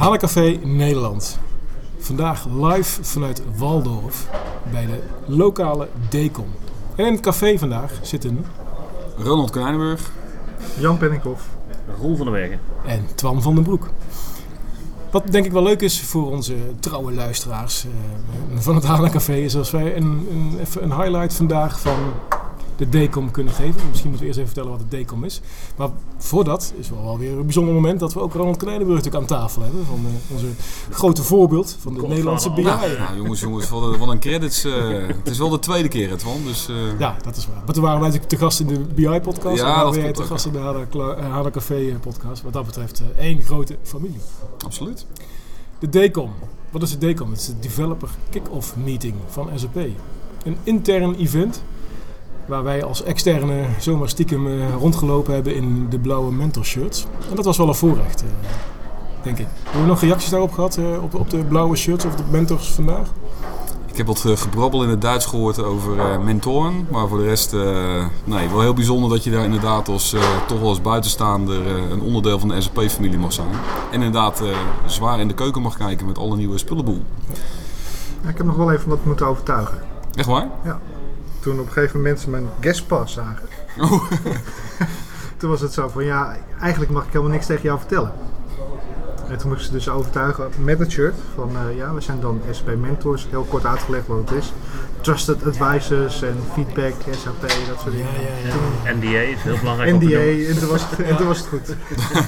HANA-café Nederland. Vandaag live vanuit Walldorf bij de lokale DECOM. En in het café vandaag zitten Ronald Konijnenburg, Jan Penninghoff, Roel van der Wegen en Twan van den Broek. Wat denk ik wel leuk is voor onze trouwe luisteraars van het HANA-café is als wij even een highlight vandaag van de DECOM kunnen geven. Misschien moeten we eerst even vertellen wat de DECOM is. Maar voordat is wel weer een bijzonder moment dat we ook Ronald Konijnenburg natuurlijk aan tafel hebben. Van onze grote voorbeeld van de Nederlandse BI. Nou, jongens, wat een credits. Het is wel de tweede keer, het Twan. Dus, Ja, dat is waar. Maar toen waren wij natuurlijk te gast in de BI-podcast. Ja, en dat ben jij klopt te ook, gast in de HANA-café-podcast. Wat dat betreft één grote familie. Absoluut. De DECOM. Wat is de DECOM? Het is de Developer Kick-Off Meeting van SAP. Een intern event waar wij als externe zomaar stiekem rondgelopen hebben in de blauwe mentorshirts. En dat was wel een voorrecht, denk ik. Hebben we nog reacties daarop gehad, op de blauwe shirts of de mentors vandaag? Ik heb wat gebrabbel in het Duits gehoord over mentoren. Maar voor de rest, nee, wel heel bijzonder dat je daar inderdaad als toch wel als buitenstaander een onderdeel van de SAP-familie mag zijn. En inderdaad zwaar in de keuken mag kijken met alle nieuwe spullenboel. Ja, ik heb nog wel even wat moeten overtuigen. Echt waar? Ja. Toen op een gegeven moment mensen mijn guestpass zagen. Oh. Toen was het zo van, ja, eigenlijk mag ik helemaal niks tegen jou vertellen. En toen moest ik ze dus overtuigen met het shirt van, ja, we zijn dan SAP Mentors, heel kort uitgelegd wat het is. Trusted Advisors en feedback, SAP, dat soort dingen. Ja. NDA is heel belangrijk. NDA, en toen was het goed.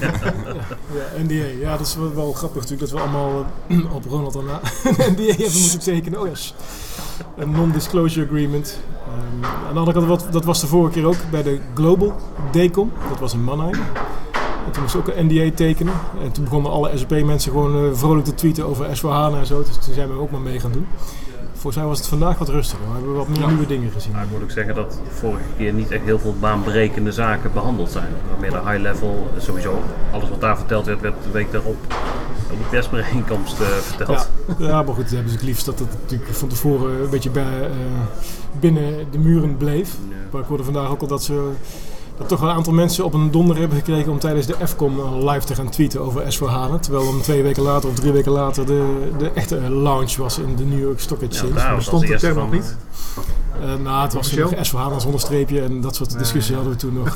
Ja, NDA. Ja, dat is wel grappig natuurlijk dat we allemaal op Ronald en een NDA hebben moeten tekenen. Oh yes. Een non-disclosure agreement. Aan de andere kant, dat was de vorige keer ook bij de Global DECOM. Dat was in Mannheim. En toen moest ook een NDA tekenen. En toen begonnen alle SAP-mensen gewoon vrolijk te tweeten over S4HANA en zo. Dus toen zijn we ook maar mee gaan doen. Volgens mij was het vandaag wat rustiger. We hebben wat meer nieuwe dingen gezien. Nou, ik moet ook zeggen dat de vorige keer niet echt heel veel baanbrekende zaken behandeld zijn. Maar meer de high level, sowieso alles wat daar verteld werd de week daarop op de persbijeenkomst verteld. Ja, maar goed, het hebben ze het liefst dat het natuurlijk van tevoren een beetje binnen de muren bleef. Ja. Maar ik hoorde vandaag ook al dat toch wel een aantal mensen op een donder hebben gekregen om tijdens de FCOM live te gaan tweeten over S4HANA. Terwijl dan 2 weken later of 3 weken later de echte launch was in de New York Stock Exchange. Ja, Bestond de term nog niet? Het was nog S4HANA zonder streepje en dat soort discussies hadden we toen nog.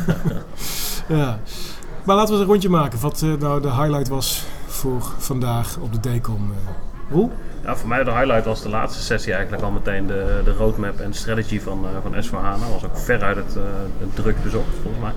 Ja. Maar laten we eens een rondje maken wat nou de highlight was voor vandaag op de DECOM. Roel? Ja, voor mij de highlight was de laatste sessie eigenlijk al meteen de roadmap en strategy van S4HANA. Was ook veruit het druk bezocht volgens mij.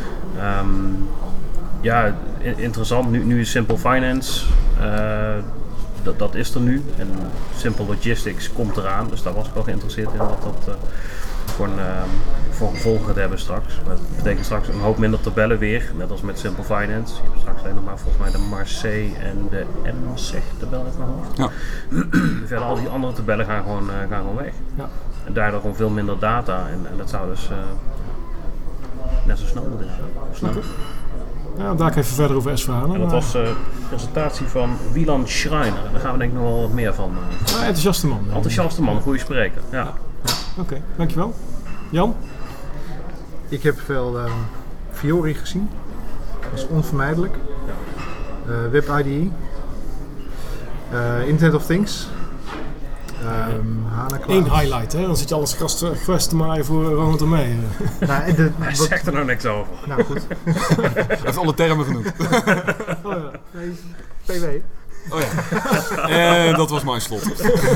Ja, interessant. Nu is Simple Finance, dat is er nu. En Simple Logistics komt eraan. Dus daar was ik wel geïnteresseerd in wat dat voor gevolgen gaat hebben straks. Dat betekent straks een hoop minder tabellen weer, net als met Simple Finance. Je hebt straks alleen nog maar volgens mij de Marseille en de MSEG-tabel uit mijn hoofd. Ja. Verder al die andere tabellen gaan gewoon weg. Ja. En daardoor gewoon veel minder data. En dat zou dus net zo snel moeten gaan. Ja, daar even verder over S4HANA. En dat was een presentatie van Wieland Schreiner. Daar gaan we denk ik nog wel wat meer van. Enthousiaste man. Enthousiaste man, goede spreker. Ja. Oké, dankjewel. Jan? Ik heb veel Fiori gezien. Dat is onvermijdelijk. Web IDE. Internet of Things. HANA Cloud. Eén highlight, hè? Dan zit je alles gras te maaien voor Ronald en mij. Nou, Hij zegt er nou niks over. Nou goed. Hij heeft alle termen genoemd. Oh ja. Nee, PW. Oh ja. Dat was mijn slot.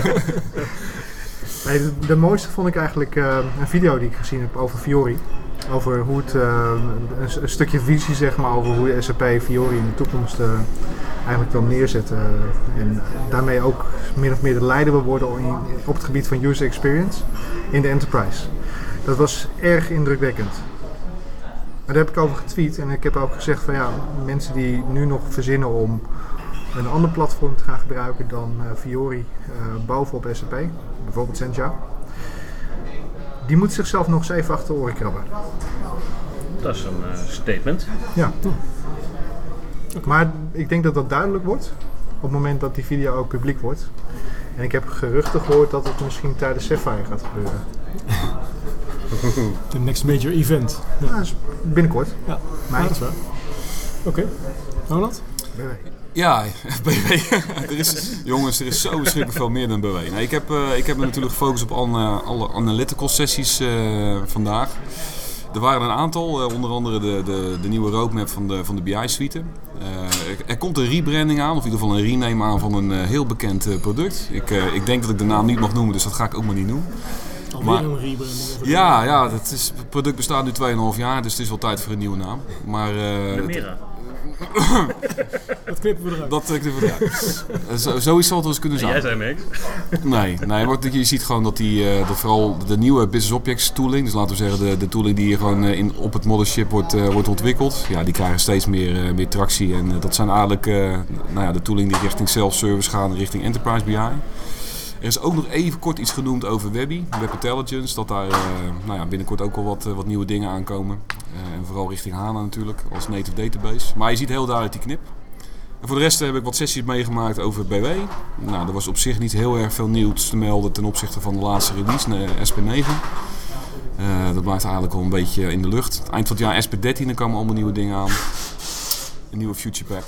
Nee, de mooiste vond ik eigenlijk een video die ik gezien heb over Fiori. Over hoe het, een stukje visie zeg maar, over hoe de SAP Fiori in de toekomst eigenlijk wil neerzetten. En daarmee ook min of meer de leider wil worden op het gebied van user experience in de enterprise. Dat was erg indrukwekkend. Maar daar heb ik over getweet en ik heb ook gezegd van ja, mensen die nu nog verzinnen om een ander platform te gaan gebruiken dan Fiori bovenop SAP, bijvoorbeeld Senja, die moet zichzelf nog eens even achter de oren krabben. Dat is een statement. Ja. Maar ik denk dat dat duidelijk wordt op het moment dat die video ook publiek wordt. En ik heb geruchten gehoord dat het misschien tijdens Sapphire gaat gebeuren. The next major event. Ja, dus binnenkort. Ja, Maar dat is waar. Oké. Ronald? BW. Ja, BW. Jongens, er is zo verschrikkelijk veel meer dan BW. Nee, ik heb me natuurlijk gefocust op alle analytical sessies vandaag. Er waren een aantal, onder andere de nieuwe roadmap van de BI-suite. Er komt een rebranding aan, of in ieder geval een rename aan van een heel bekend product. Ik denk dat ik de naam niet mag noemen, dus dat ga ik ook maar niet noemen. Alweer een rebranding. Ja, het product bestaat nu 2,5 jaar, dus het is wel tijd voor een nieuwe naam. Maar, Lumira. Dat knippen we eruit. Dat knippen we eruit. Zoiets zal het wel eens kunnen zijn. Jij zei niks. Nee, maar je ziet gewoon dat dat vooral de nieuwe business objects tooling, dus laten we zeggen de tooling die gewoon op het mothership wordt ontwikkeld, ja, die krijgen steeds meer tractie. En dat zijn eigenlijk de tooling die richting self-service gaan, richting enterprise BI. Er is ook nog even kort iets genoemd over Webby, Web Intelligence, dat daar binnenkort ook al wat nieuwe dingen aankomen. En vooral richting HANA natuurlijk, als native database. Maar je ziet heel duidelijk die knip. En voor de rest heb ik wat sessies meegemaakt over BW. Nou, er was op zich niet heel erg veel nieuws te melden ten opzichte van de laatste release, SP9. Dat blijft eigenlijk al een beetje in de lucht. Eind van het jaar SP13, er komen allemaal nieuwe dingen aan. Een nieuwe future pack.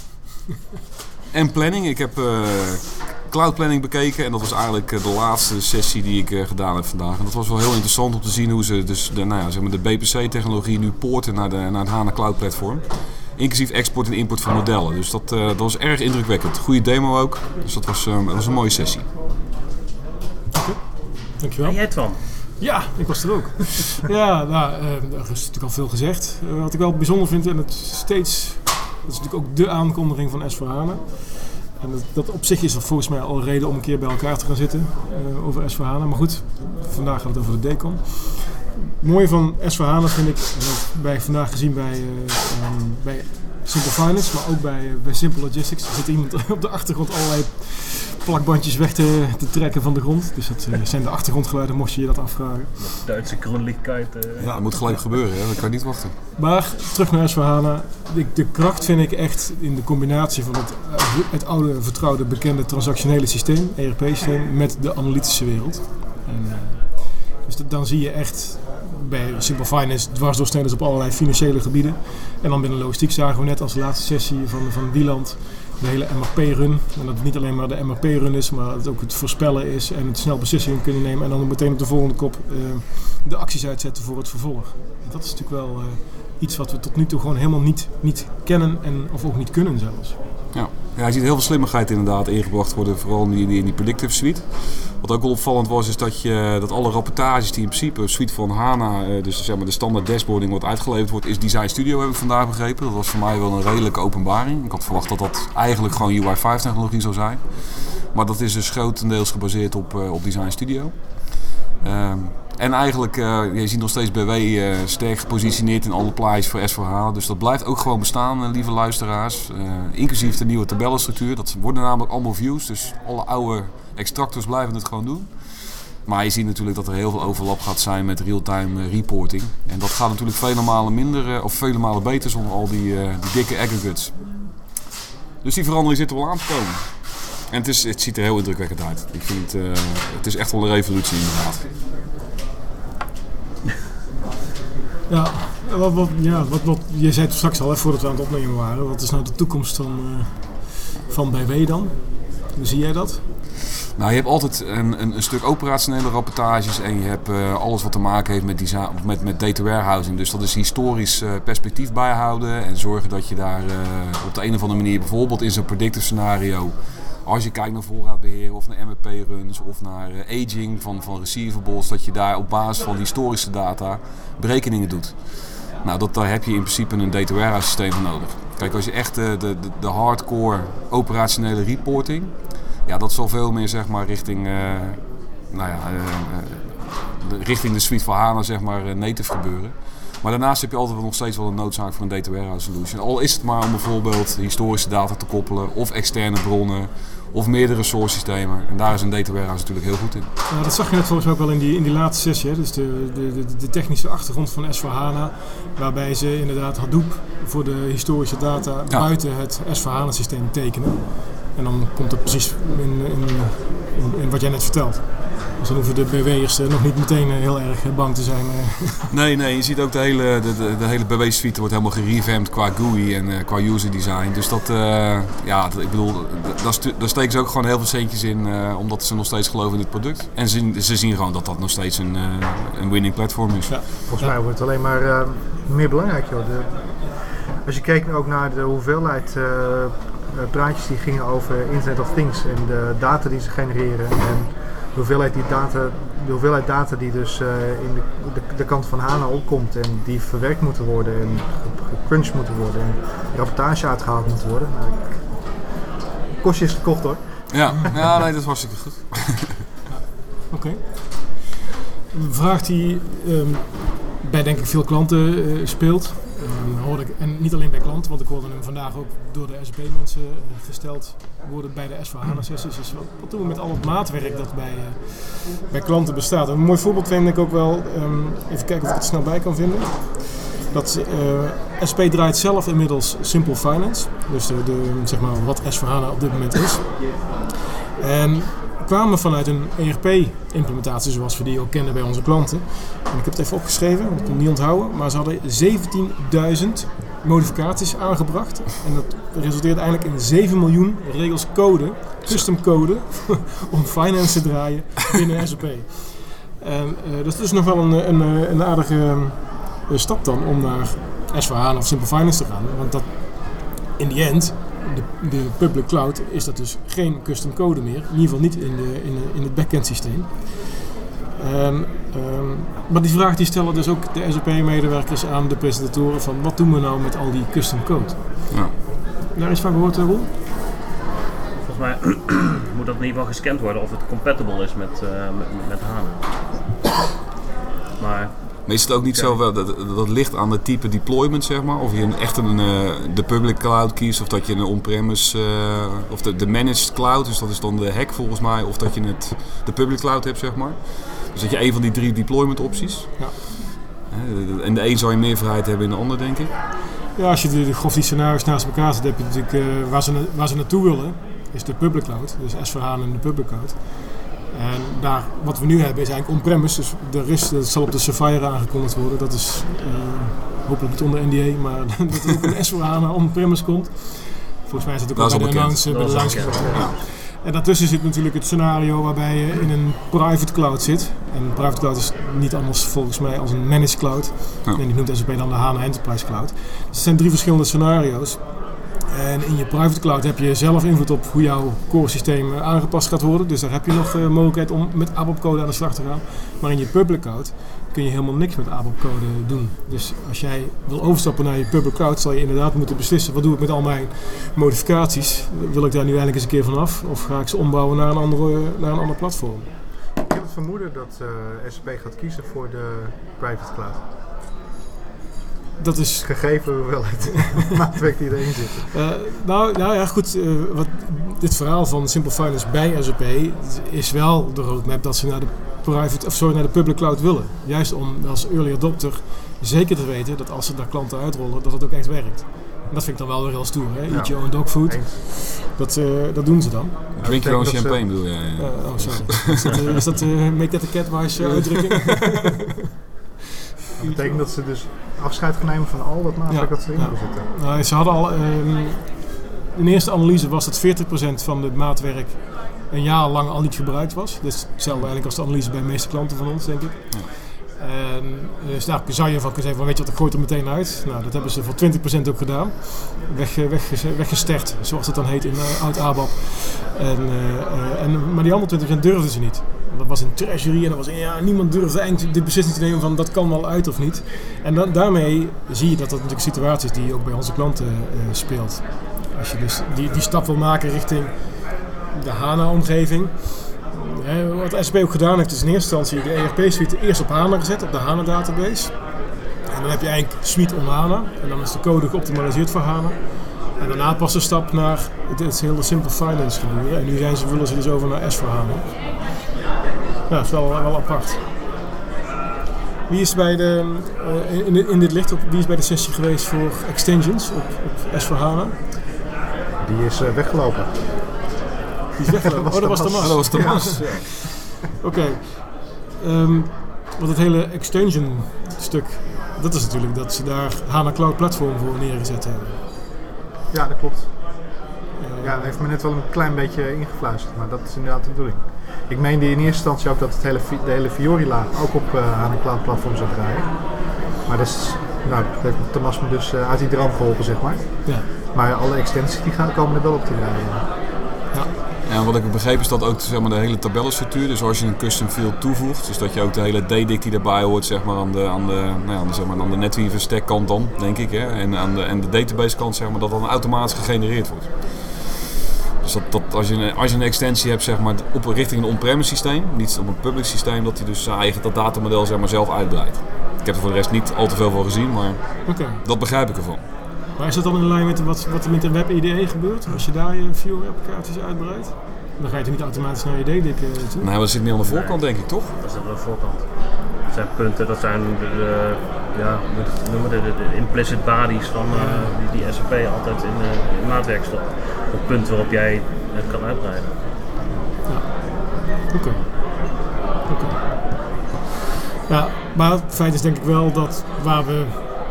En planning. Ik heb cloud planning bekeken en dat was eigenlijk de laatste sessie die ik gedaan heb vandaag. En dat was wel heel interessant om te zien hoe ze dus de BPC-technologie nu poorten naar het HANA Cloud Platform. Inclusief export en import van modellen. Dus dat was erg indrukwekkend. Goede demo ook. Dus dat was een mooie sessie. Okay. Dankjewel. En jij het van? Ja, ik was er ook. Ja, er is natuurlijk al veel gezegd. Wat ik wel bijzonder vind, en dat is natuurlijk ook de aankondiging van S/4HANA. En dat op zich is er volgens mij al een reden om een keer bij elkaar te gaan zitten over S/4HANA. Maar goed, vandaag gaat het over de Decon. Het mooie van S/4HANA vind ik, en dat heb ik vandaag gezien bij Simple Finance, maar ook bij Simple Logistics. Er zit iemand op de achtergrond allerlei plakbandjes weg te trekken van de grond. Dus dat zijn de achtergrondgeluiden, mocht je dat afvragen. Duitse groenlichtkaart. Ja, dat moet gelijk gebeuren, hè? Dat kan niet wachten. Maar terug naar S/4HANA. De kracht vind ik echt in de combinatie van het oude, vertrouwde, bekende transactionele systeem, ERP-systeem, met de analytische wereld. Dus dan zie je echt bij Simple Finance dwarsdoorsneders op allerlei financiële gebieden. En dan binnen logistiek zagen we net als laatste sessie van Wieland de hele MRP-run. En dat het niet alleen maar de MRP-run is, maar dat het ook het voorspellen is en het snel beslissingen kunnen nemen. En dan meteen op de volgende kop de acties uitzetten voor het vervolg. En dat is natuurlijk wel iets wat we tot nu toe gewoon helemaal niet kennen of ook niet kunnen zelfs. Ja, je ziet heel veel slimmigheid inderdaad ingebracht worden, vooral in die predictive suite. Wat ook wel opvallend was, is dat alle rapportages die in principe suite van HANA, dus zeg maar de standaard dashboarding wat uitgeleverd wordt, is Design Studio, heb ik vandaag begrepen. Dat was voor mij wel een redelijke openbaring. Ik had verwacht dat dat eigenlijk gewoon UI5 technologie zou zijn. Maar dat is dus grotendeels gebaseerd op Design Studio. En eigenlijk, je ziet nog steeds BW sterk gepositioneerd in alle plaatjes voor S/4HANA. Dus dat blijft ook gewoon bestaan, lieve luisteraars. Inclusief de nieuwe tabellenstructuur. Dat worden namelijk allemaal views, dus alle oude extractors blijven het gewoon doen. Maar je ziet natuurlijk dat er heel veel overlap gaat zijn met real-time reporting. En dat gaat natuurlijk vele malen minder of vele malen beter zonder al die dikke aggregates. Dus die verandering zit er wel aan te komen. En het ziet er heel indrukwekkend uit. Ik vind het is echt wel een revolutie inderdaad. Ja, wat je zei het straks al, voordat we aan het opnemen waren. Wat is nou de toekomst van BW dan? Hoe zie jij dat? Nou, je hebt altijd een stuk operationele rapportages en je hebt alles wat te maken heeft met data warehousing. Dus dat is historisch perspectief bijhouden en zorgen dat je daar op de een of andere manier bijvoorbeeld in zo'n predictive scenario, als je kijkt naar voorraadbeheer of naar MRP-runs of naar aging van receivables, dat je daar op basis van historische data berekeningen doet. Nou, daar heb je in principe een data warehouse systeem voor nodig. Kijk, als je echt de hardcore operationele reporting, ja, dat zal veel meer zeg maar richting de suite van HANA zeg maar native gebeuren. Maar daarnaast heb je altijd nog steeds wel een noodzaak voor een data warehouse solution. Al is het maar om bijvoorbeeld historische data te koppelen of externe bronnen of meerdere source systemen. En daar is een data warehouse natuurlijk heel goed in. Ja, dat zag je net volgens mij ook wel in die laatste sessie. Hè? Dus de technische achtergrond van S/4HANA. Waarbij ze inderdaad Hadoop voor de historische data buiten het S/4HANA systeem tekenen. En dan komt het precies in wat jij net vertelt. Dus dan hoeven de BW'ers nog niet meteen heel erg bang te zijn. Nee, je ziet ook de hele BW-suite wordt helemaal gerevamped qua GUI en qua user design. Dus dat, ik bedoel, daar steken ze ook gewoon heel veel centjes in, omdat ze nog steeds geloven in het product. En ze zien gewoon dat dat nog steeds een winning platform is. Ja. Volgens mij wordt het alleen maar meer belangrijk, joh. Als je kijkt ook naar de hoeveelheid praatjes die gingen over Internet of Things en de data die ze genereren en de hoeveelheid data die dus in de kant van HANA opkomt en die verwerkt moeten worden en gecrunched moeten worden en rapportage uitgehaald moet worden. Nou, kostje is gekocht hoor. Ja, nee, dat is hartstikke goed. Oké. Een vraag die bij denk ik veel klanten speelt. Hoorde ik, en niet alleen bij klanten, want ik hoorde hem vandaag ook door de SAP-mensen gesteld worden bij de S/4HANA-sessies. Dus wat doen we met al het maatwerk dat bij klanten bestaat? Een mooi voorbeeld vind ik ook wel, even kijken of ik het snel bij kan vinden. Dat SAP draait zelf inmiddels Simple Finance, dus zeg maar wat S/4HANA op dit moment is. En kwamen vanuit een ERP-implementatie zoals we die ook kennen bij onze klanten. En ik heb het even opgeschreven, want ik kon het niet onthouden. Maar ze hadden 17.000 modificaties aangebracht. En dat resulteert eigenlijk in 7 miljoen regels code, custom code, om finance te draaien binnen SAP. En dat is dus nog wel een aardige stap dan om naar S/4HANA of Simple Finance te gaan. Want dat in the end, de public cloud, is dat dus geen custom code meer. In ieder geval niet in het backend systeem. Maar die vraag die stellen dus ook de SAP-medewerkers aan de presentatoren van wat doen we nou met al die custom code? Ja. Daar is van gehoord, Roel? Volgens mij moet dat in ieder geval gescand worden of het compatible is met HANA. Maar is het ook niet zo dat ligt aan het type deployment, zeg maar? Of je de public cloud kiest, of dat je een on-premise, of de managed cloud, dus dat is dan de hack volgens mij, of dat je de public cloud hebt, zeg maar. Dus dat je een van die 3 deployment opties. Ja. En de een zou je meer vrijheid hebben in de ander, denk ik. Ja, als je grof die scenario's naast elkaar zet, heb je natuurlijk waar ze naartoe willen, is de public cloud, dus S/4HANA en de public cloud. En daar, wat we nu hebben is eigenlijk on-premise, dus dat zal op de Sapphire aangekondigd worden. Dat is hopelijk niet onder NDA, maar dat er ook een S/4HANA on-premise komt. Volgens mij is het ook al bij de announce. Ja. En daartussen zit natuurlijk het scenario waarbij je in een private cloud zit. En een private cloud is niet anders volgens mij als een managed cloud. Ja. En die noemt SAP dan de HANA Enterprise Cloud. Dus het zijn 3 verschillende scenario's. En in je private cloud heb je zelf invloed op hoe jouw core systeem aangepast gaat worden. Dus daar heb je nog mogelijkheid om met ABAP-code aan de slag te gaan. Maar in je public cloud kun je helemaal niks met ABAP-code doen. Dus als jij wil overstappen naar je public cloud, zal je inderdaad moeten beslissen, wat doe ik met al mijn modificaties? Wil ik daar nu eindelijk eens een keer vanaf? Of ga ik ze ombouwen naar een ander platform? Ik heb het vermoeden dat SAP gaat kiezen voor de private cloud. Dat is gegeven hoeveelheid maatwerk die erin zit. Nou ja, goed. Dit verhaal van Simple Finance bij SAP is wel de roadmap dat ze naar de public cloud willen. Juist om als early adopter zeker te weten dat als ze daar klanten uitrollen, dat het ook echt werkt. En dat vind ik dan wel weer heel stoer. Hè? Eat your own dog food. Dat doen ze dan. Drink your own champagne bedoel je? Oh, sorry. Is dat make that a catwise uitdrukking? Dat betekent dat ze dus afscheid gaan nemen van al dat maatwerk dat ze erin zitten. Nou, ze hadden al, in de eerste analyse was dat 40% van het maatwerk een jaar lang al niet gebruikt was. Dus hetzelfde eigenlijk als de analyse bij de meeste klanten van ons, denk ik. Ja. Dus daar zou je van kunnen zeggen, weet je wat, ik gooi er meteen uit. Nou, dat hebben ze voor 20% ook gedaan. Weggestert, zoals het dan heet in oud ABAP. Maar die andere 20% durfden ze niet. Dat was een treasury en niemand durfde eigenlijk de beslissing te nemen van dat kan wel uit of niet. En daarmee zie je dat natuurlijk situatie is die ook bij onze klanten speelt. Als je dus die stap wil maken richting de HANA-omgeving. Wat SAP ook gedaan heeft is in eerste instantie de ERP-suite eerst op HANA gezet, op de HANA-database. En dan heb je eigenlijk suite on HANA en dan is de code geoptimaliseerd voor HANA. En daarna pas de stap naar het hele Simple Finance gebeuren. En nu willen ze dus over naar S/4HANA. Ja, dat is wel apart. Wie is bij in dit licht wie is bij de sessie geweest voor extensions op S/4HANA? Die is weggelopen. Die is weggelopen. Dat was Thomas. Dat was Thomas. Ja. Oké. Want het hele extension stuk, dat is natuurlijk dat ze daar HANA Cloud Platform voor neergezet hebben. Ja, dat klopt. Ja, dat heeft me net wel een klein beetje ingefluisterd, maar dat is inderdaad de bedoeling. Ik meende in eerste instantie ook dat de hele Fiori-laag ook op HANA Cloud Platform zou draaien. Maar dat heeft Thomas me dus uit die droom geholpen, zeg maar. Ja. Maar alle extensies die komen er wel op te draaien. Ja, en wat ik heb begrepen is dat ook zeg maar, de hele tabellenstructuur, dus als je een custom field toevoegt, dus dat je ook de hele DDIC die daarbij hoort zeg maar, aan de NetWeaver stack kant dan, denk ik, hè, en de database kant, zeg maar, dat dan automatisch gegenereerd wordt. Dus dat als je een extensie hebt zeg maar, richting een on-premise systeem, niet op een public systeem, dat hij dus zijn eigen dat datamodel zeg maar, zelf uitbreidt. Ik heb er voor de rest niet al te veel van gezien, maar dat begrijp ik ervan. Maar is dat dan in lijn met wat er met de web IDE gebeurt? Als je daar je Fiori-applicaties uitbreidt? Dan ga je er niet automatisch naar je DDIC toe? Nee, maar dat zit niet aan de voorkant, denk ik, toch? Dat zit aan de voorkant. Dat zijn punten, dat zijn de implicit bodies van die SAP altijd in maatwerk stopt. Het punt waarop jij het kan uitbreiden. Ja, oké. Ja, maar het feit is denk ik wel dat waar we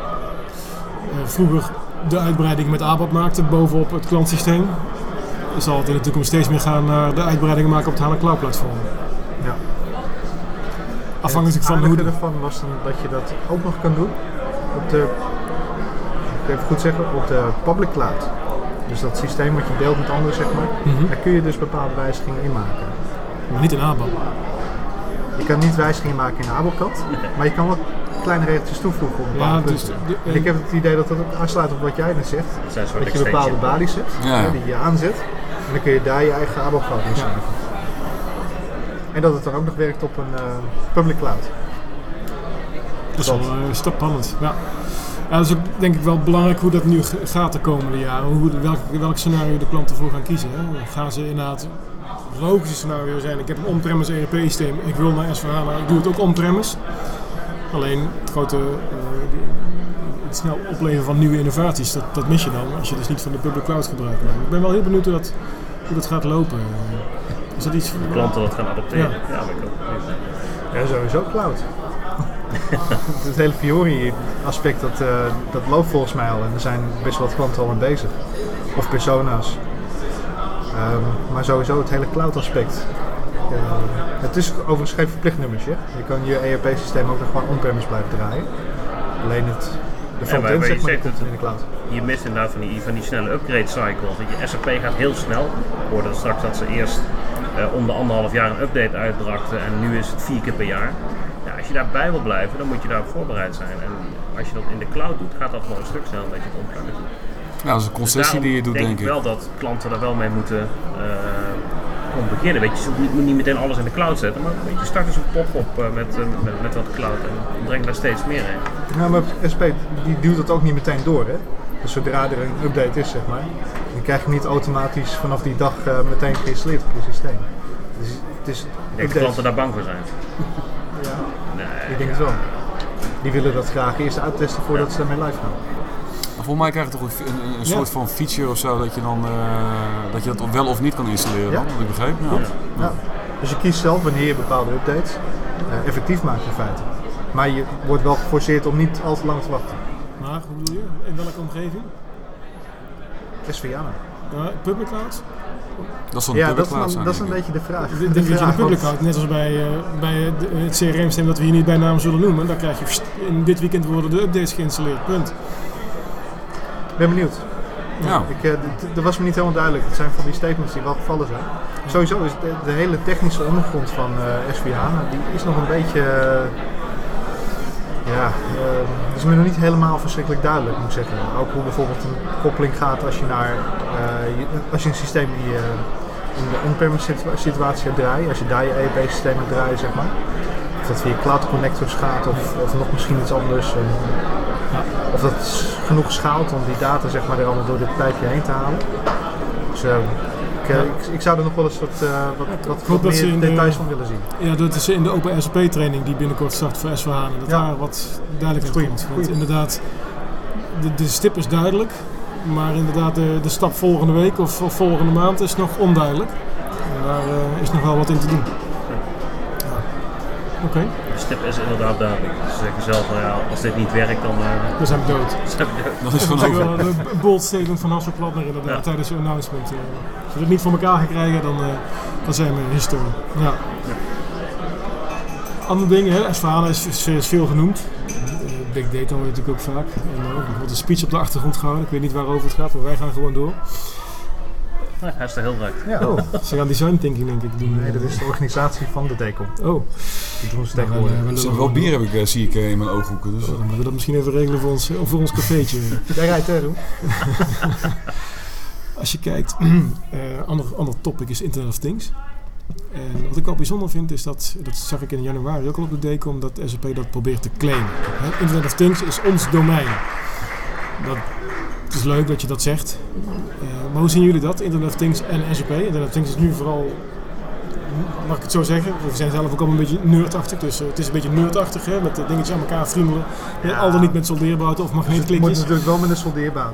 vroeger de uitbreiding met ABAP maakten bovenop het klantsysteem, zal het in de toekomst steeds meer gaan naar de uitbreidingen maken op het HANA Cloud Platform. Ja. Afhankelijk van hoe hoe het ervan was dan dat je dat ook nog kan doen op de, even goed zeggen, op de public cloud. Dus dat systeem wat je deelt met anderen, zeg maar, daar kun je dus bepaalde wijzigingen in maken. Maar niet in ABAP. Je kan niet wijzigingen maken in de ABAP-kant, maar je kan wel kleine regeltjes toevoegen op bepaalde punten. En ik heb het idee dat dat aansluit op wat jij net zegt. Dat je bepaalde bodies hebt, die je aanzet. En dan kun je daar je eigen ABAP-cloud in schrijven. En dat het dan ook nog werkt op een public cloud. Dat is wel stapspannend. Ja. Ja, dat is ook denk ik wel belangrijk hoe dat nu gaat de komende jaren. Welk scenario de klanten voor gaan kiezen. Hè. Gaan ze inderdaad logische scenario zijn. Ik heb een on-premise ERP-systeem. Ik wil naar S/4HANA. Ik doe het ook on-premise. Alleen het grote het snel opleveren van nieuwe innovaties, dat mis je dan als je dus niet van de public cloud gebruik maakt. Ik ben wel heel benieuwd hoe dat gaat lopen. Is dat iets de klanten dat gaan adopteren? Ja, dat kan. Ja, sowieso cloud. Het hele Fiori-aspect, dat loopt volgens mij al en er zijn best wel wat klanten al mee bezig. Of persona's. Maar sowieso het hele cloud-aspect. Het is overigens geen verplicht nummertje. Je kan je ERP-systeem ook nog gewoon on-premise blijven draaien. Alleen de front-end zeg maar, komt in de cloud. Je mist inderdaad van die snelle upgrade cycles. Je SAP gaat heel snel. Ik hoorde straks dat ze eerst om de 1,5 jaar een update uitbrachten en nu is het 4 keer per jaar. Ja, als je daarbij wil blijven, dan moet je daarop voorbereid zijn. En als je dat in de cloud doet, gaat dat gewoon een stuk sneller dan dat je het on-premise doet. Ja, dat is een concessie die je doet, denk ik. Ik denk wel dat klanten daar wel mee moeten beginnen. Weet je, je moet niet meteen alles in de cloud zetten, maar weet je, start eens een pop-up met wat cloud en breng daar steeds meer in. Ja, maar SP die duwt dat ook niet meteen door, hè? Dus zodra er een update is, zeg maar, dan krijg je niet automatisch vanaf die dag meteen geïnstalleerd op je systeem. Dus het is ik denk dat klanten daar bang voor zijn. Ja, nee, ik denk het wel. Die willen dat graag eerst uittesten voordat ze daarmee live gaan. Volgens mij krijg je toch een soort van feature of zo dat je dan dat je dat wel of niet kan installeren, dan, wat ik begreep. Ja. Dus je kiest zelf wanneer je bepaalde updates effectief maakt in feite. Maar je wordt wel geforceerd om niet al te lang te wachten. Maar hoe bedoel je? In welke omgeving? S/4HANA. Public cloud? Dat is een public cloud zijn. Dat is een beetje de vraag. Ik denk dat je de public cloud, net als bij het CRM-systeem dat we hier niet bij naam zullen noemen, dan krijg je in dit weekend worden de updates geïnstalleerd. Punt. Ik ben benieuwd. Ja. Dat was me niet helemaal duidelijk. Het zijn van die statements die wel gevallen zijn. Sowieso is de hele technische ondergrond van S/4HANA, die is nog een beetje... is me nog niet helemaal verschrikkelijk duidelijk, moet ik zeggen. Ook hoe bijvoorbeeld een koppeling gaat als je een systeem die in de on-premise situatie gaat draaien, als je daar je ERP-systeem gaat draaien, zeg maar. Of dat via cloud connectors gaat of nog misschien iets anders. Of dat genoeg schaalt om die data zeg maar, er allemaal door dit pijpje heen te halen. Dus ik zou er nog wel eens wat meer details van willen zien. Ja, dat is in de Open SAP training die binnenkort start voor S/4HANA. Dat daar wat duidelijkheid komt. Want inderdaad, de stip is duidelijk. Maar inderdaad, de stap volgende week of volgende maand is nog onduidelijk. En daar is nog wel wat in te doen. Ja. Oké. De stip is inderdaad duidelijk. Ze zeggen zelf van ja, als dit niet werkt dan Dan zijn we dood. zijn we dood. Dat is Dat van is wel over. een bold statement van Hasso Plattner inderdaad tijdens zijn announcement. Als we het niet voor elkaar gaan krijgen, dan zijn we historie. Ja. Andere dingen, hè, S/4HANA is veel genoemd. Big data hoor je natuurlijk ook vaak. En ook nog wat een speech op de achtergrond gehouden. Ik weet niet waarover het gaat, maar wij gaan gewoon door. Ja, hij is er heel druk. Ja. Oh, ze gaan design thinking denk ik doen. Nee, dat is de organisatie van de DECOM. Oh. Die doen ze tegenwoordig. Wel bier heb ik, zie ik in mijn ooghoeken. Dus. Dan moeten we dat misschien even regelen voor ons cafeetje. Jij rijdt hè, Roel? Als je kijkt, ander topic is Internet of Things. En wat ik wel bijzonder vind is dat zag ik in januari ook al op de DECOM, dat SAP dat probeert te claimen. Internet of Things is ons domein. Het is leuk dat je dat zegt. Maar hoe zien jullie dat? Internet of Things en SAP. Internet of Things is nu vooral, mag ik het zo zeggen, we zijn zelf ook allemaal een beetje nerdachtig. Dus het is een beetje nerdachtig, hè, met de dingetjes aan elkaar friemelen. Ja. Al dan niet met soldeerbouten of Het moet magneetklikjes. natuurlijk wel met een soldeerbout.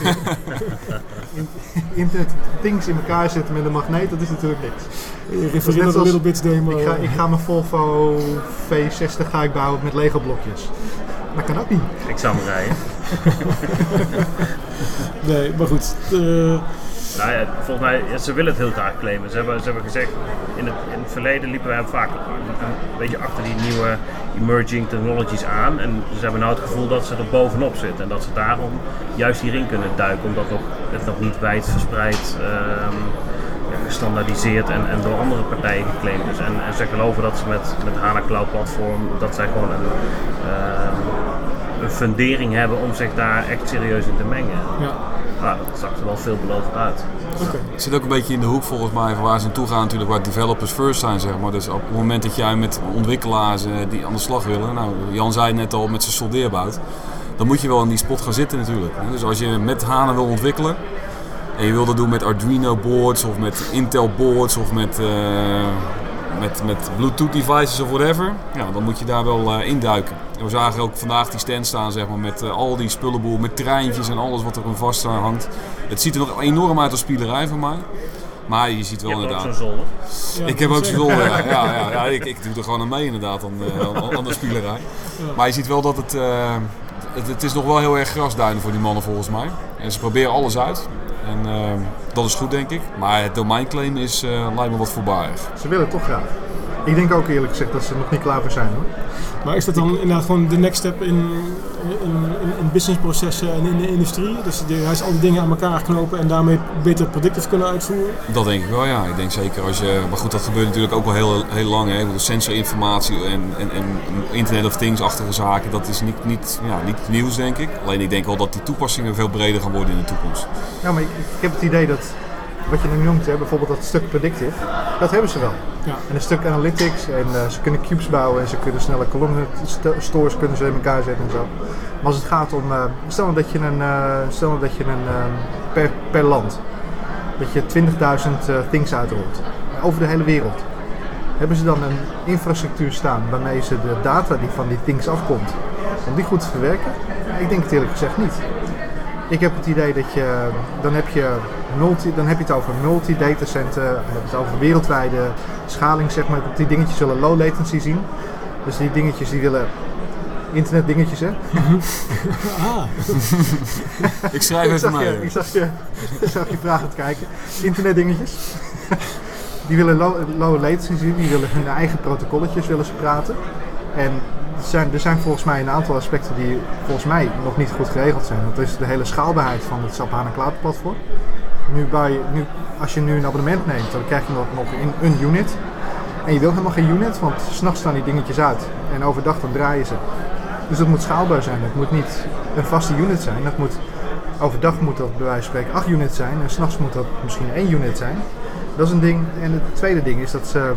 Internet things in elkaar zetten met een magneet, dat is natuurlijk niks. Je net refereert naar de als- Little Bits demo. Ik ga mijn Volvo V60 ga ik bouwen met Lego blokjes. Dat kan ook niet. Examenrijden. Nee, maar goed. Nou ja, volgens mij, ja, ze willen het heel graag claimen. Ze hebben gezegd, in het verleden liepen wij vaak een beetje achter die nieuwe emerging technologies aan. En ze hebben nou het gevoel dat ze er bovenop zitten. En dat ze daarom juist hierin kunnen duiken, omdat het nog niet wijd verspreid, gestandaardiseerd en door andere partijen geclaimd is. En ze geloven dat ze met HANA Cloud Platform, dat zij gewoon een fundering hebben om zich daar echt serieus in te mengen. Ja, Nou, dat zag er wel veelbelovend uit. oké. Het zit ook een beetje in de hoek volgens mij van waar ze naartoe gaan natuurlijk, waar developers first zijn zeg maar. Dus op het moment dat jij met ontwikkelaars die aan de slag willen, nou Jan zei net al met zijn soldeerbout, dan moet je wel in die spot gaan zitten natuurlijk. Dus als je met HANA wil ontwikkelen en je wil dat doen met Arduino boards of met Intel boards of met Bluetooth devices of whatever, ja, dan moet je daar wel induiken. En we zagen ook vandaag die stand staan zeg maar, met al die spullenboel, met treintjes en alles wat er aan vast hangt. Het ziet er nog enorm uit als spielerij voor mij. Maar je ziet wel Je hebt ook inderdaad. zo'n zolder. Ja, Ik heb dat ook is zo'n echt- zolder, ja. Ik doe er gewoon aan mee inderdaad aan de spielerij. Maar je ziet wel dat het is nog wel heel erg grasduinen voor die mannen volgens mij. En ze proberen alles uit. En dat is goed denk ik. Maar het domeinclaim lijkt me wat voorbarig. Ze willen het toch graag. Ik denk ook eerlijk gezegd dat ze er nog niet klaar voor zijn hoor. Maar is dat dan inderdaad gewoon de next step in businessprocessen en in de industrie? Dus juist al die dingen aan elkaar knopen en daarmee beter predictive kunnen uitvoeren? Dat denk ik wel, ja. Ik denk zeker als je... Maar goed, dat gebeurt natuurlijk ook wel heel lang. Hè. Sensorinformatie en Internet of Things-achtige zaken, dat is niet nieuws, denk ik. Alleen ik denk wel dat die toepassingen veel breder gaan worden in de toekomst. Ja, maar ik heb het idee dat wat je nu noemt, hè, bijvoorbeeld dat stuk predictive, dat hebben ze wel. Ja. En een stuk analytics en ze kunnen cubes bouwen en ze kunnen snelle column stores kunnen ze in elkaar zetten en zo. Maar als het gaat om, stel nou dat je per land, dat je 20.000 things uitrolt, over de hele wereld. Hebben ze dan een infrastructuur staan waarmee ze de data die van die things afkomt, om die goed te verwerken? Ik denk het eerlijk gezegd niet. Ik heb het idee dat dan heb je het over multi-datacenter, dan heb je het over wereldwijde schaling, zeg maar. Die dingetjes zullen low latency zien. Dus die dingetjes die willen internet dingetjes, hè? Ah, Ik schrijf even mee. Ik zag je vragend kijken. Internet dingetjes. Die willen low latency zien, die willen hun eigen protocolletjes willen ze praten. En er zijn volgens mij een aantal aspecten die volgens mij nog niet goed geregeld zijn. Dat is de hele schaalbaarheid van het SAP HANA Cloud Platform. Als je nu een abonnement neemt, dan krijg je nog in een unit. En je wil helemaal geen unit, want 's nachts staan die dingetjes uit. En overdag dan draaien ze. Dus dat moet schaalbaar zijn. Het moet niet een vaste unit zijn. Overdag moet dat bij wijze van spreken 8 units zijn. En 's nachts moet dat misschien 1 unit zijn. Dat is een ding. En het tweede ding is dat ze...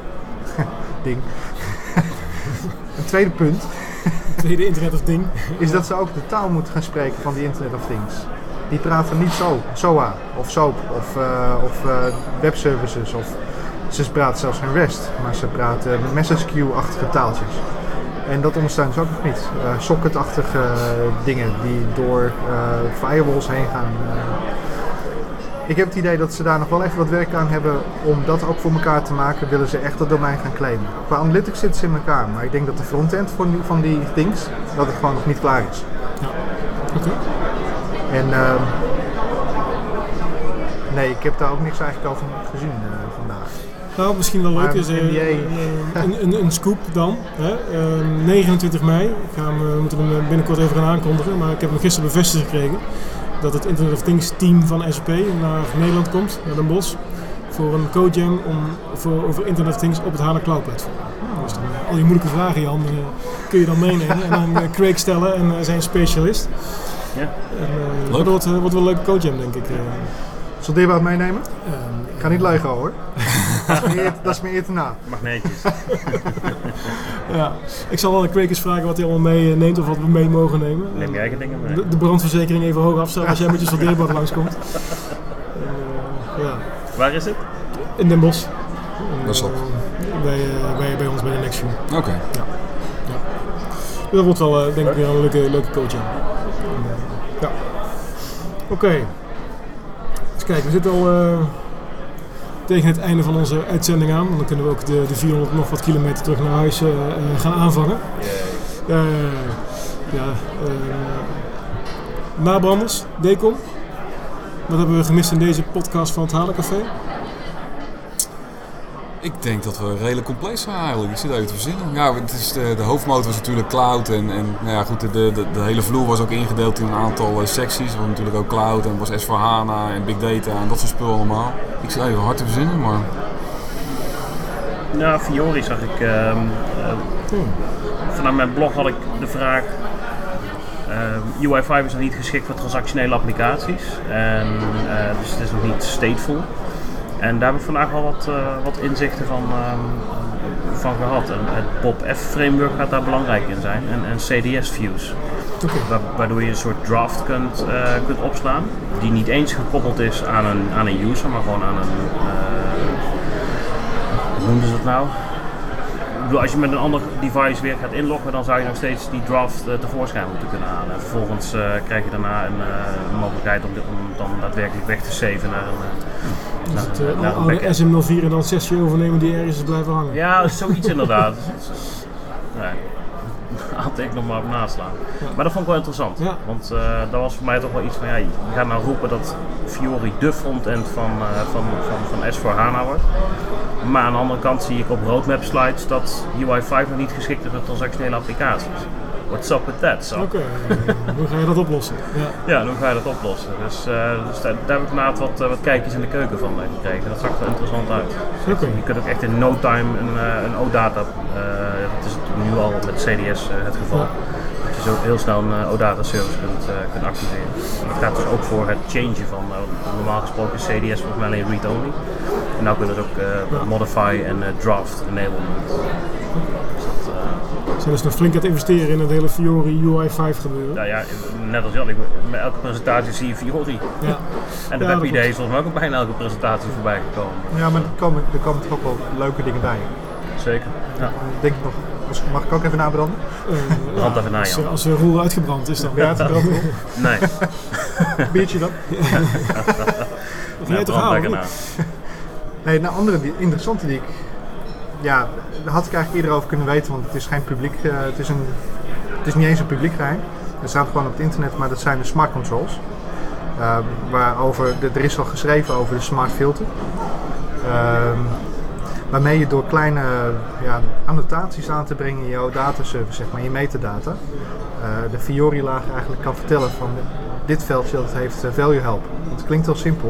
Een tweede punt tweede Internet of Ding. is dat ze ook de taal moeten gaan spreken van die Internet of Things. Die praten niet SOA of SOAP of webservices of ze praten zelfs geen REST, maar ze praten message queue-achtige taaltjes. En dat ondersteunen ze ook nog niet. Socket-achtige dingen die door firewalls heen gaan. ik heb het idee dat ze daar nog wel even wat werk aan hebben om dat ook voor elkaar te maken. Willen ze echt dat domein gaan claimen. Qua analytics zitten ze in elkaar, maar ik denk dat de frontend van die things, dat het gewoon nog niet klaar is. Ja. Oké. En nee, ik heb daar ook niks eigenlijk over gezien vandaag. Nou, misschien wel leuk Maar is NDA. een scoop dan. Hè? 29 mei. We moeten hem binnenkort even gaan aankondigen. Maar ik heb hem gisteren bevestigd gekregen dat het Internet of Things team van SAP naar Nederland komt, naar Den Bosch, voor een CodeJam over Internet of Things op het HANA Cloud Platform. Dus dan, al die moeilijke vragen, Jan, kun je dan meenemen en dan Craig stellen en zijn specialist. Ja. Dat wordt wel een leuke CodeJam, denk ik. Zal Dirk wat meenemen? Ik ga niet liegen hoor. Dat is mijn eer te na. Magneetjes. Ja. Ik zal wel Craig eens vragen wat hij allemaal meeneemt of wat we mee mogen nemen. Neem je eigen dingen mee. De brandverzekering even hoog afstellen als jij met je soldeerbord langskomt. Ja. Waar is het? In Den Bosch. Dat is op. Bij ons bij de Nextview. Oké. Ja. Dat wordt wel denk ik weer een leuke coaching. Ja. Oké. Dus kijk, we zitten al tegen het einde van onze uitzending aan. Dan kunnen we ook de 400 nog wat kilometer terug naar huis gaan aanvangen. Nabranders, Decom. Wat hebben we gemist in deze podcast van het Halencafé? Ik denk dat we redelijk compleet zijn eigenlijk. Ik zit even te verzinnen. Ja, het is de hoofdmotor was natuurlijk cloud en nou ja, goed, de hele vloer was ook ingedeeld in een aantal secties. Er was natuurlijk ook cloud en was S4HANA en big data en dat soort spullen allemaal. Ik zit even hard te verzinnen, maar... Nou, Fiori zag ik. Vanuit mijn blog had ik de vraag. UI5 is nog niet geschikt voor transactionele applicaties. En, dus het is nog niet stateful. En daar heb ik vandaag al wat inzichten van gehad. En het POP-F-framework gaat daar belangrijk in zijn. En CDS-views. Waardoor je een soort draft kunt opslaan. Die niet eens gekoppeld is aan een user, maar gewoon aan een... hoe noemden ze dat nou? Ik bedoel, als je met een ander device weer gaat inloggen, dan zou je nog steeds die draft tevoorschijn moeten kunnen halen. En vervolgens krijg je daarna een mogelijkheid om dan daadwerkelijk weg te saven naar een oude SM04 en dan 6 overnemen die ergens is blijven hangen. Ja, zoiets inderdaad. Nee. Had ik nog maar op naslaan. Ja. Maar dat vond ik wel interessant. Ja. Want dat was voor mij toch wel iets van, ja, je gaat nou roepen dat Fiori de frontend van S4HANA wordt. Maar aan de andere kant zie ik op roadmap slides dat UI5 nog niet geschikt is voor transactionele applicaties. What's up with that? Oké, hoe ga je dat oplossen? Ja, hoe ga je dat oplossen? Dus daar heb ik inderdaad wat kijkjes in de keuken van gekregen. Dat zag er interessant uit. Okay. Je kunt ook echt in no time een OData, dat is nu al met CDS het geval, dat je zo heel snel een OData service kunt activeren. En dat gaat dus ook voor het changen van, normaal gesproken CDS volgens mij alleen read-only. En nu kunnen we het ook modify en draft enablement. Ze zijn dus nog flink aan het investeren in het hele Fiori UI5 gebeuren. Nou ja, net als Jan, met elke presentatie zie je Fiori. Ja. En de WebID is volgens mij ook bijna elke presentatie voorbij gekomen. Ja, maar er komen toch ook wel leuke dingen bij. Zeker. Ja. Denk ik nog. Mag ik ook even nabranden? Brand even na, Jan. Als de roer uitgebrand is dan. Ja, het brandt wel. Nee. Biertje dan? Ja, brand lekker na. Nee, een andere interessante die ik... Ja, daar had ik eigenlijk eerder over kunnen weten, want het is geen publiek... het is niet eens een publiek geheim. Het staat gewoon op het internet, maar dat zijn de smart controls. Er is al geschreven over de smart filter. Waarmee je door kleine annotaties aan te brengen in jouw dataservice, zeg maar, je metadata, de Fiori-laag eigenlijk kan vertellen van dit veldje dat heeft value help. Het klinkt heel simpel.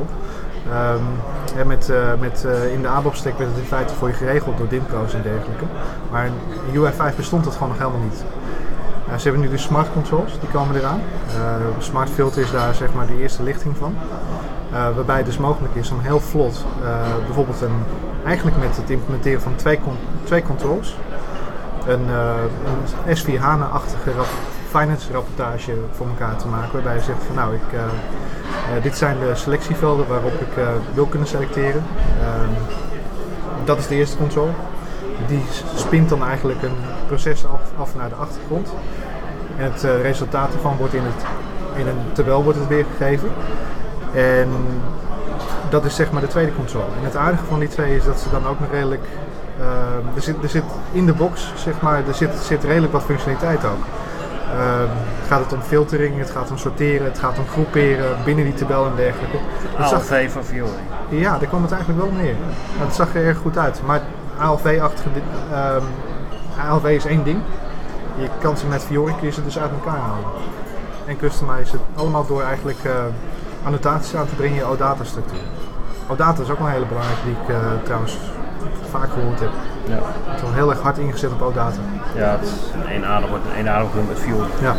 In de ABAP-stack werd het in feite voor je geregeld door DIN-pro's en dergelijke. Maar in UI5 bestond dat gewoon nog helemaal niet. Ze hebben nu de smart controls, die komen eraan. Smart filter is daar zeg maar de eerste lichting van. Waarbij het dus mogelijk is om heel vlot, bijvoorbeeld eigenlijk met het implementeren van twee controls, een S4HANA-achtige finance rapportage voor elkaar te maken. Waarbij je zegt van nou, dit zijn de selectievelden waarop ik wil kunnen selecteren. Dat is de eerste control. Die spint dan eigenlijk een proces af naar de achtergrond. En het resultaat ervan wordt in een tabel wordt het weergegeven. En dat is zeg maar de tweede console. En het aardige van die twee is dat ze dan ook nog redelijk... er zit in de box, zeg maar, er zit redelijk wat functionaliteit ook. Gaat het om filtering, het gaat om sorteren, het gaat om groeperen binnen die tabel en dergelijke. ALV van Fiori. Ja, daar kwam het eigenlijk wel neer. Het zag er erg goed uit. Maar ALV-achtige... ALV is één ding. Je kan ze met Fiori kiezen dus uit elkaar halen. En customize het allemaal door eigenlijk annotaties aan te brengen in je OData-structuur. OData is ook wel een hele belangrijke die ik trouwens vaak gehoord heb. Ja. Het wordt heel erg hard ingezet op OData. Ja, het is wordt een één adem genoemd met Fiori. Ja.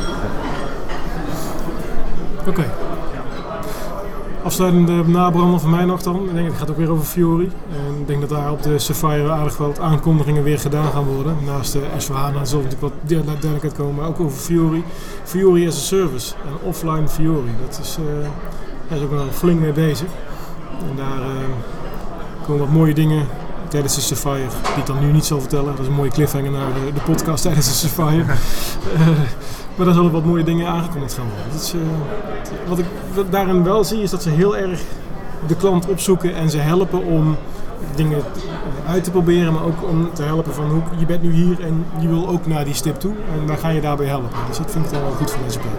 Oké. Afsluitende nabrander van mij nog dan. Ik denk, het gaat ook weer over Fiori. En ik denk dat daar op de Sapphire aardig wat aankondigingen weer gedaan gaan worden. Naast de S/4HANA zal natuurlijk wat duidelijkheid komen, maar ook over Fiori. Fiori as a service en offline Fiori. Dat is ook wel flink mee bezig. En daar komen wat mooie dingen tijdens de Sapphire, die ik dan nu niet zal vertellen. Dat is een mooie cliffhanger naar de podcast tijdens de Sapphire. Maar daar zullen wat mooie dingen aangekondigd gaan worden. Dat is, wat ik daarin wel zie is dat ze heel erg de klant opzoeken en ze helpen om dingen uit te proberen, maar ook om te helpen van hoe je bent nu hier en je wil ook naar die stip toe en wij gaan je daarbij helpen. Dus dat vind ik dan wel goed voor SAP.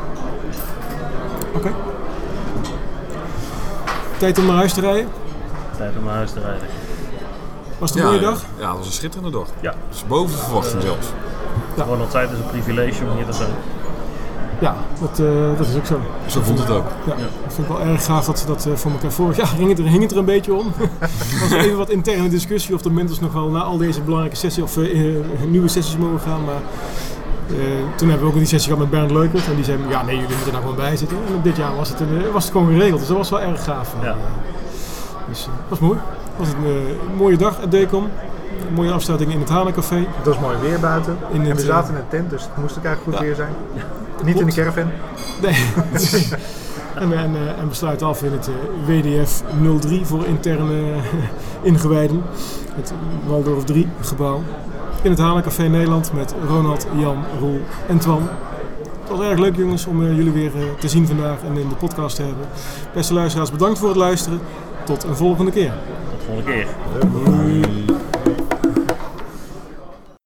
Oké. Tijd om naar huis te rijden. Tijd om naar huis te rijden. Was het een mooie dag? Ja, dat was een schitterende dag. Ja. Dus boven verwachting zelfs. Ja. Ronald zei, het is een privilege om hier te zijn. Ja, dat is ook zo. Zo vond het ook. Ja, ik vind het wel erg gaaf dat ze dat voor elkaar vorig jaar hing het er een beetje om. Er was even wat interne discussie of de mentors nog wel na al deze belangrijke sessies of nieuwe sessies mogen gaan. Maar toen hebben we ook die sessie gehad met Bernd Leukert en die zei, ja nee, jullie moeten er nou gewoon bij zitten. En dit jaar was het gewoon geregeld, dus dat was wel erg gaaf. Ja. Dus dat was mooi. Het was een mooie dag at DECOM. Een mooie afsluiting in het Hanencafé. Het was mooi weer buiten. En we zaten in een tent, dus het moest ook eigenlijk goed weer zijn. Niet klopt. in de caravan. Nee. en we sluiten af in het WDF 03 voor interne ingewijden. Het Waldorf 3 gebouw. In het Hanencafé Nederland met Ronald, Jan, Roel en Twan. Het was erg leuk jongens om jullie weer te zien vandaag en in de podcast te hebben. Beste luisteraars, bedankt voor het luisteren. Tot een volgende keer. Tot de volgende keer. Doei.